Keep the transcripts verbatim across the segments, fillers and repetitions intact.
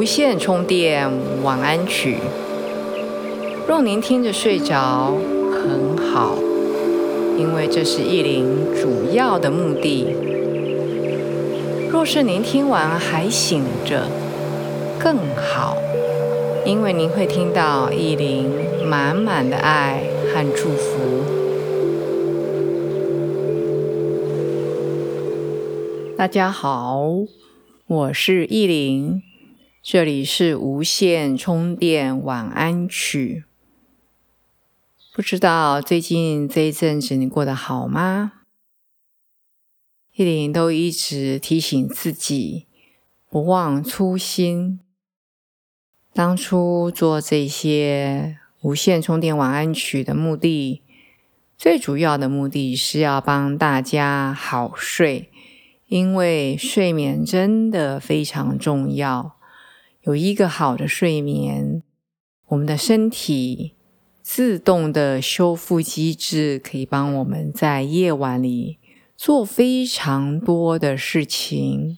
无线充电晚安曲，若您听着睡着很好，因为这是意林主要的目的。若是您听完还醒着更好，因为您会听到意林满满的爱和祝福。大家好，我是意林，这里是无线充电晚安曲。不知道最近这一阵子你过得好吗？意林都一直提醒自己不忘初心。当初做这些无线充电晚安曲的目的，最主要的目的是要帮大家好睡，因为睡眠真的非常重要。有一个好的睡眠，我们的身体自动的修复机制可以帮我们在夜晚里做非常多的事情。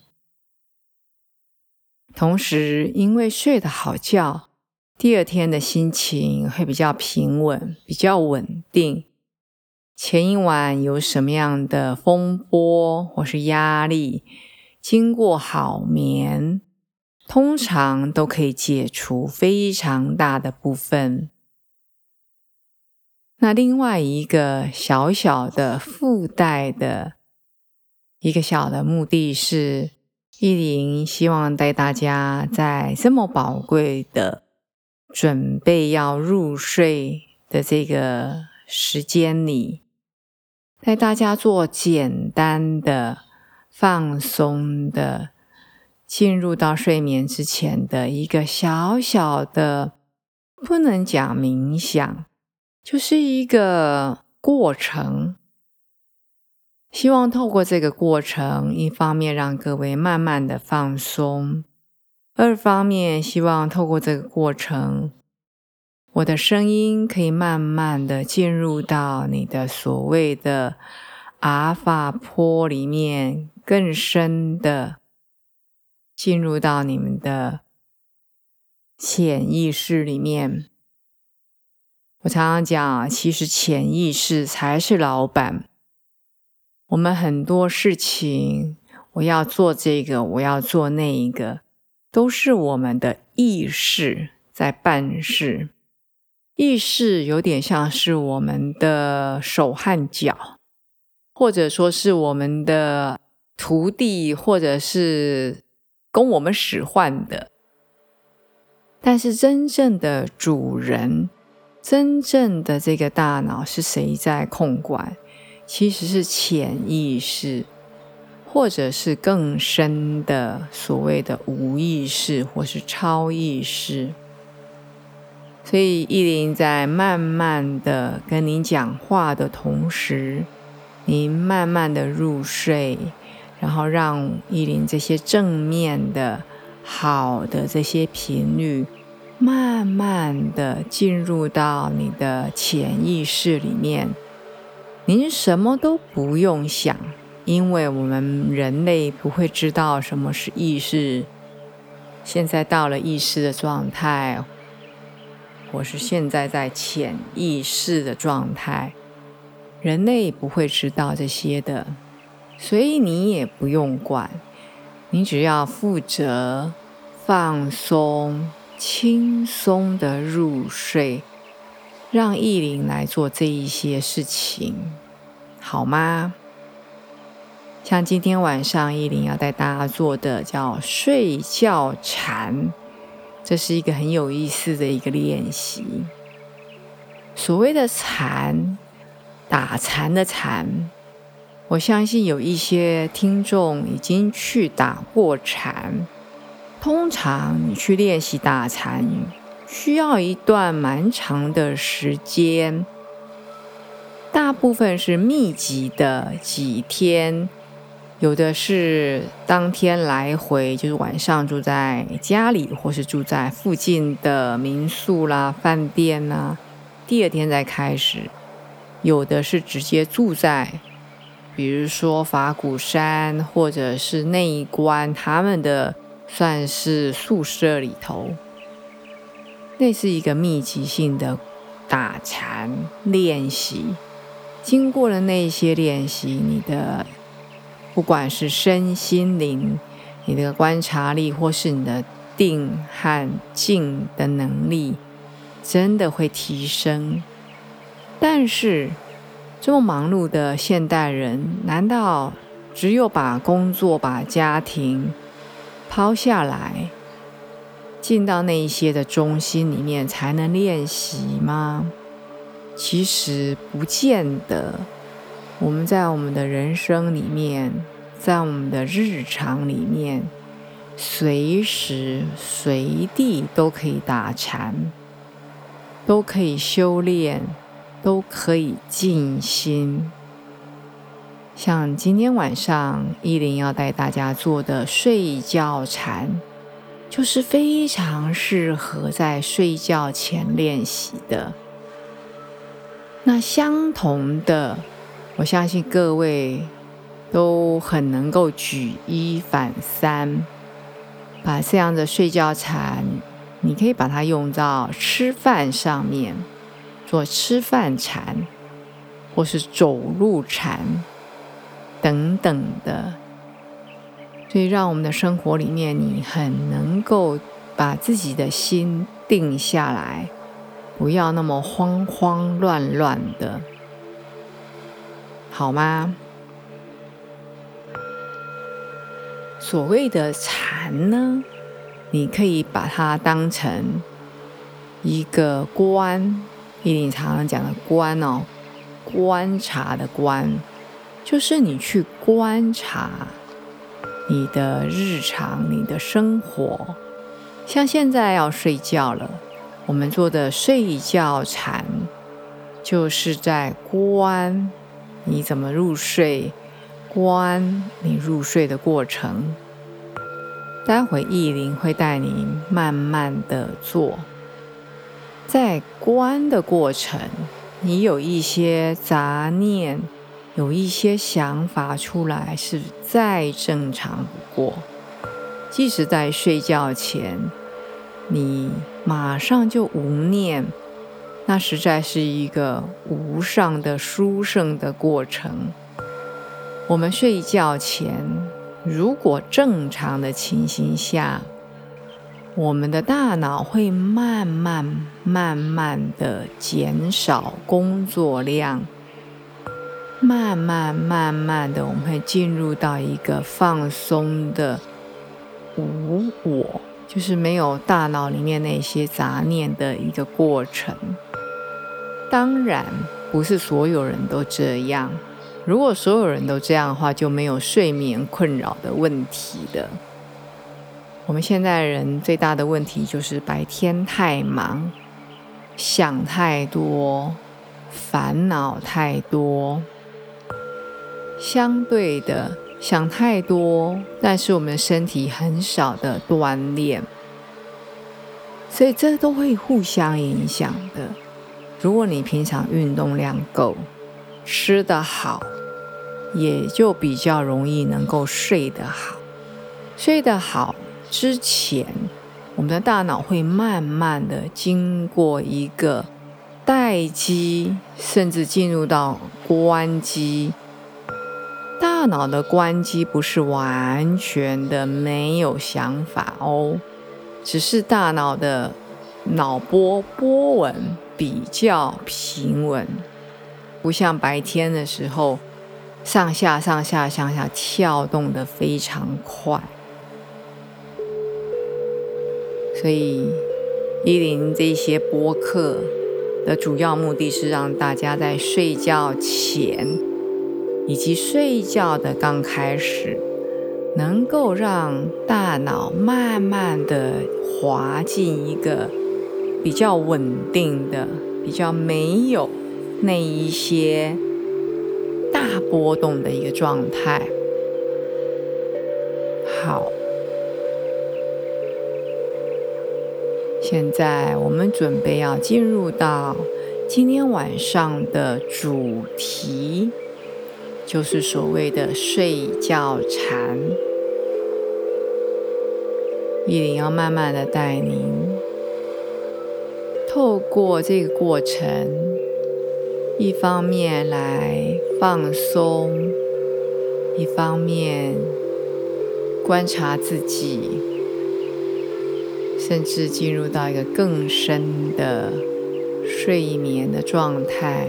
同时，因为睡得好觉，第二天的心情会比较平稳，比较稳定。前一晚有什么样的风波或是压力，经过好眠，通常都可以解除非常大的部分。那另外一个小小的附带的一个小的目的是，意林希望带大家在这么宝贵的准备要入睡的这个时间里，带大家做简单的放松的进入到睡眠之前的一个小小的，不能讲冥想，就是一个过程。希望透过这个过程，一方面让各位慢慢的放松，二方面希望透过这个过程，我的声音可以慢慢的进入到你的所谓的阿尔法波里面，更深的进入到你们的潜意识里面。我常常讲，其实潜意识才是老板。我们很多事情，我要做这个，我要做那一个，都是我们的意识在办事。意识有点像是我们的手和脚，或者说是我们的徒弟，或者是供我们使唤的。但是真正的主人，真正的这个大脑是谁在控管？其实是潜意识，或者是更深的所谓的无意识或是超意识。所以意林在慢慢的跟您讲话的同时，您慢慢的入睡，然后让意林这些正面的好的这些频率慢慢的进入到你的潜意识里面。您什么都不用想，因为我们人类不会知道什么是意识。现在到了意识的状态，或是现在在潜意识的状态，人类不会知道这些的，所以你也不用管，你只要负责放松、轻松的入睡，让意林来做这一些事情，好吗？像今天晚上意林要带大家做的叫睡觉禅，这是一个很有意思的一个练习。所谓的禅，打禅的禅，我相信有一些听众已经去打过禅。通常你去练习打禅，需要一段蛮长的时间，大部分是密集的几天，有的是当天来回，就是晚上住在家里，或是住在附近的民宿啦、饭店啦，第二天再开始。有的是直接住在，比如说法鼓山或者是内关他们的算是宿舍里头，类似一个密集性的打禅练习。经过了那些练习，你的不管是身心灵，你的观察力，或是你的定和静的能力，真的会提升。但是这么忙碌的现代人，难道只有把工作、把家庭抛下来，进到那一些的中心里面才能练习吗？其实不见得。我们在我们的人生里面，在我们的日常里面，随时随地都可以打禅，都可以修炼，都可以静心。像今天晚上依林要带大家做的睡觉禅，就是非常适合在睡觉前练习的。那相同的，我相信各位都很能够举一反三，把这样的睡觉禅，你可以把它用到吃饭上面，做吃饭禅，或是走路禅等等的。所以让我们的生活里面，你很能够把自己的心定下来，不要那么慌慌乱乱的，好吗？所谓的禅呢，你可以把它当成一个观，依林常常讲的观哦，观察的观，就是你去观察你的日常，你的生活。像现在要睡觉了，我们做的睡觉禅，就是在观你怎么入睡，观你入睡的过程。待会依林会带你慢慢的做。在观的过程，你有一些杂念，有一些想法出来，是再正常不过。即使在睡觉前，你马上就无念，那实在是一个无上的殊胜的过程。我们睡觉前，如果正常的情形下，我们的大脑会慢慢慢慢的减少工作量，慢慢慢慢的我们会进入到一个放松的无我，就是没有大脑里面那些杂念的一个过程。当然不是所有人都这样，如果所有人都这样的话，就没有睡眠困扰的问题了。我们现在人最大的问题就是白天太忙，想太多，烦恼太多。相对的，想太多，但是我们的身体很少的锻炼，所以这都会互相影响的。如果你平常运动量够，吃得好，也就比较容易能够睡得好。睡得好之前，我们的大脑会慢慢的经过一个待机，甚至进入到关机。大脑的关机不是完全的没有想法哦，只是大脑的脑波波纹比较平稳，不像白天的时候上下上下上下跳动的非常快。所以依林这些播客的主要目的是让大家在睡觉前以及睡觉的刚开始，能够让大脑慢慢的滑进一个比较稳定的，比较没有那一些大波动的一个状态。好，现在我们准备要进入到今天晚上的主题，就是所谓的睡觉禅。 意林要慢慢的带您透过这个过程，一方面来放松，一方面观察自己，甚至进入到一个更深的睡眠的状态。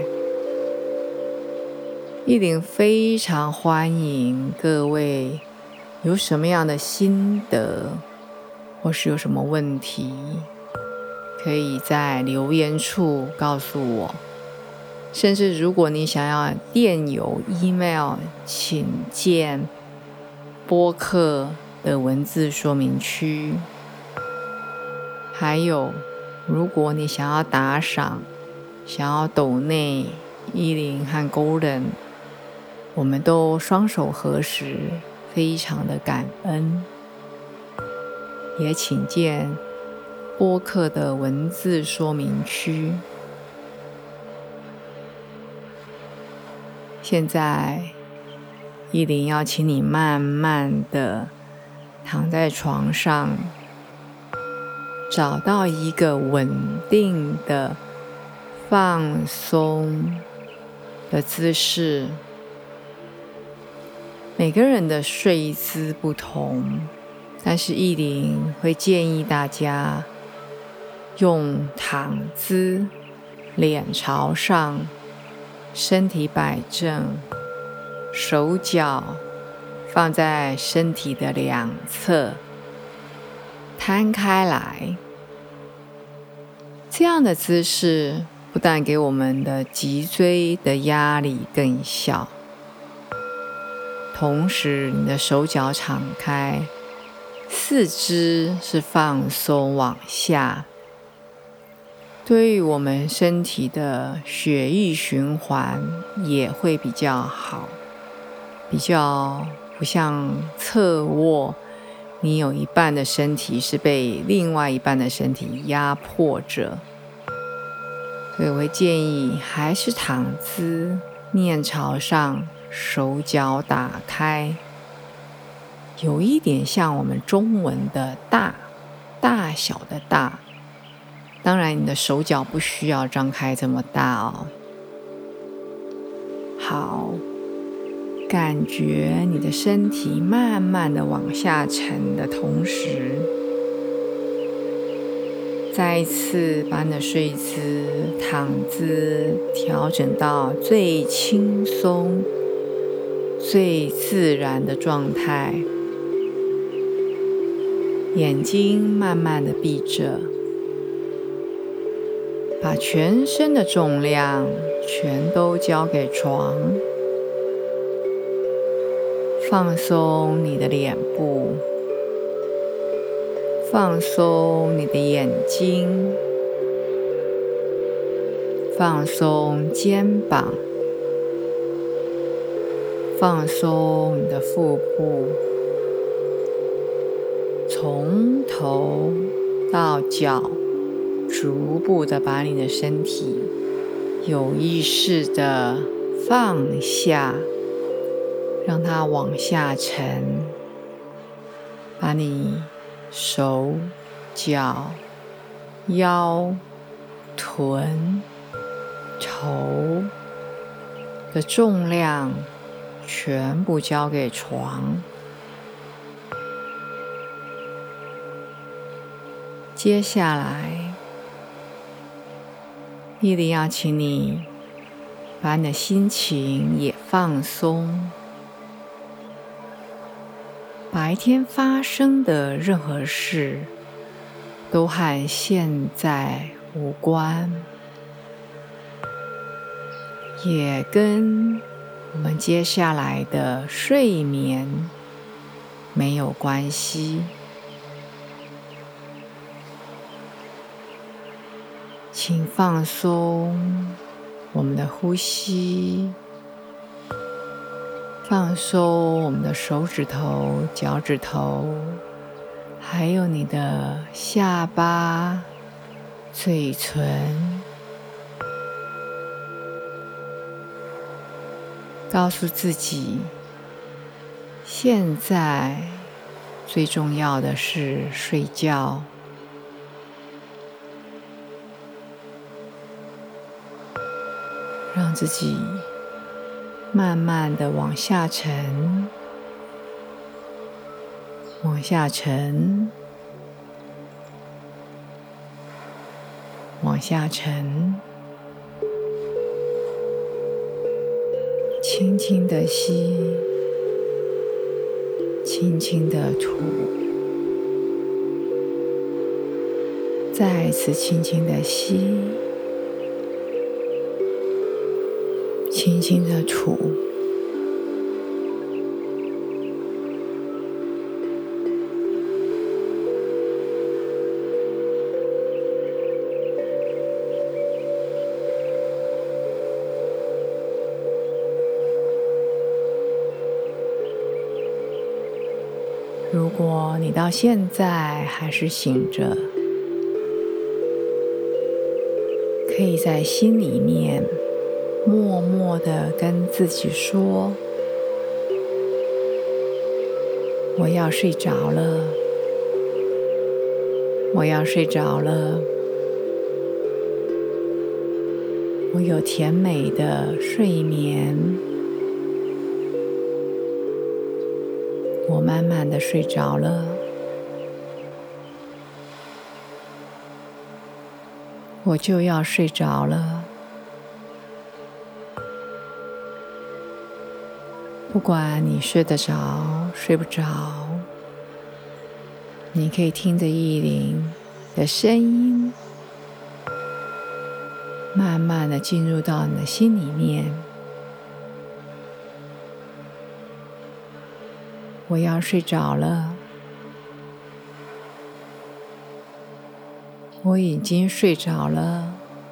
意林非常欢迎各位有什么样的心得，或是有什么问题，可以在留言处告诉我。甚至如果你想要电邮、email， 请见播客的文字说明区。还有，如果你想要打赏，想要抖内意林和 Golden， 我们都双手合十，非常的感恩。也请见播客的文字说明区。现在意林要请你慢慢的躺在床上，找到一个稳定的放松的姿势。每个人的睡姿不同，但是意林会建议大家用躺姿，脸朝上，身体摆正，手脚放在身体的两侧，摊开来。这样的姿势不但给我们的脊椎的压力更小，同时你的手脚敞开，四肢是放松往下，对于我们身体的血液循环也会比较好，比较不像侧卧，你有一半的身体是被另外一半的身体压迫着。所以我会建议还是躺姿，面朝上，手脚打开，有一点像我们中文的大，大小的大。当然你的手脚不需要张开这么大哦。好，感觉你的身体慢慢的往下沉的同时，再一次把你的睡姿、躺姿调整到最轻松、最自然的状态，眼睛慢慢的闭着，把全身的重量全都交给床，放松你的脸部，放松你的眼睛，放松肩膀，放松你的腹部，从头到脚，逐步的把你的身体有意识的放下，让它往下沉，把你手、脚、腰、臀、头的重量全部交给床。接下来，意林要请你把你的心情也放松。白天发生的任何事都和现在无关，也跟我们接下来的睡眠没有关系。请放松我们的呼吸，放松我们的手指头、脚趾头，还有你的下巴、嘴唇。告诉自己，现在最重要的是睡觉。让自己慢慢的往下沉，往下沉，往下沉，轻轻的吸，轻轻的吐，再次轻轻的吸，轻轻的吐。如果你到现在还是醒着，可以在心里面默默地跟自己说：我要睡着了，我要睡着了，我有甜美的睡眠，我慢慢地睡着了，我就要睡着了。不管你睡得着睡不着，你可以听着意林的声音，慢慢的进入到你的心里面。我要睡着了，我已经睡着了，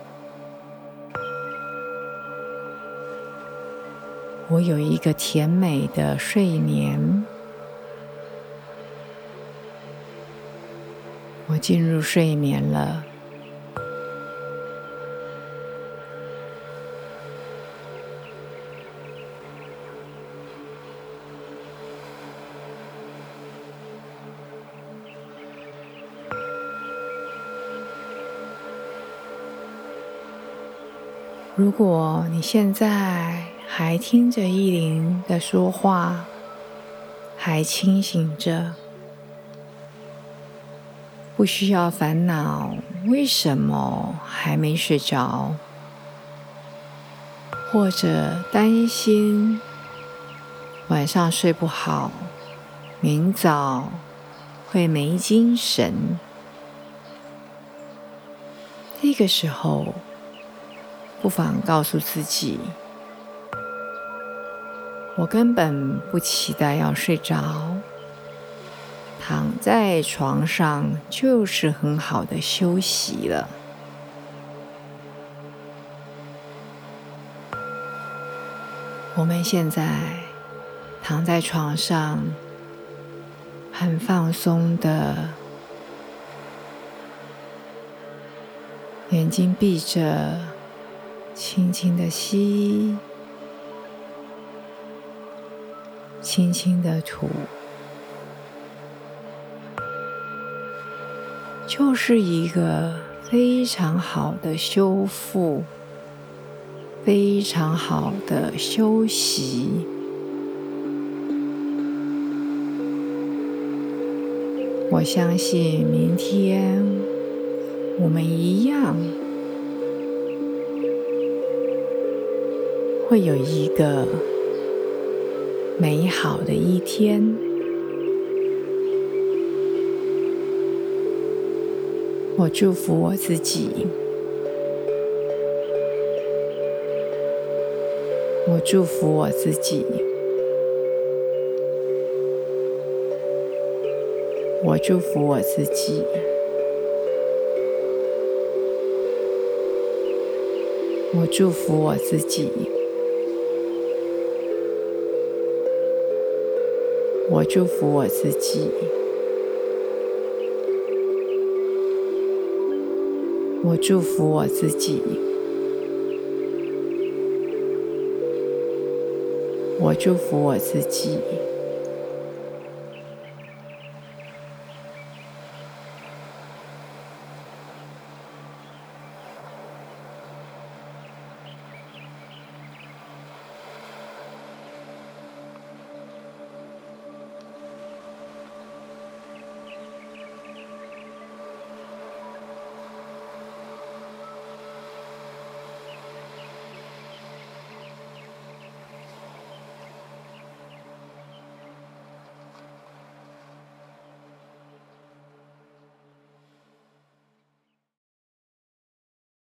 我有一个甜美的睡眠，我进入睡眠了。如果你现在还听着意林的说话，还清醒着，不需要烦恼为什么还没睡着，或者担心晚上睡不好，明早会没精神。这个时候不妨告诉自己，我根本不期待要睡着，躺在床上就是很好的休息了。我们现在躺在床上，很放松的，眼睛闭着，轻轻的吸，轻轻的吐，就是一个非常好的修复，非常好的休息。我相信明天我们一样会有一个美好的一天。我祝福我自己，我祝福我自己，我祝福我自己，我祝福我自己，我祝福我自己，我祝福我自己，我祝福我自己。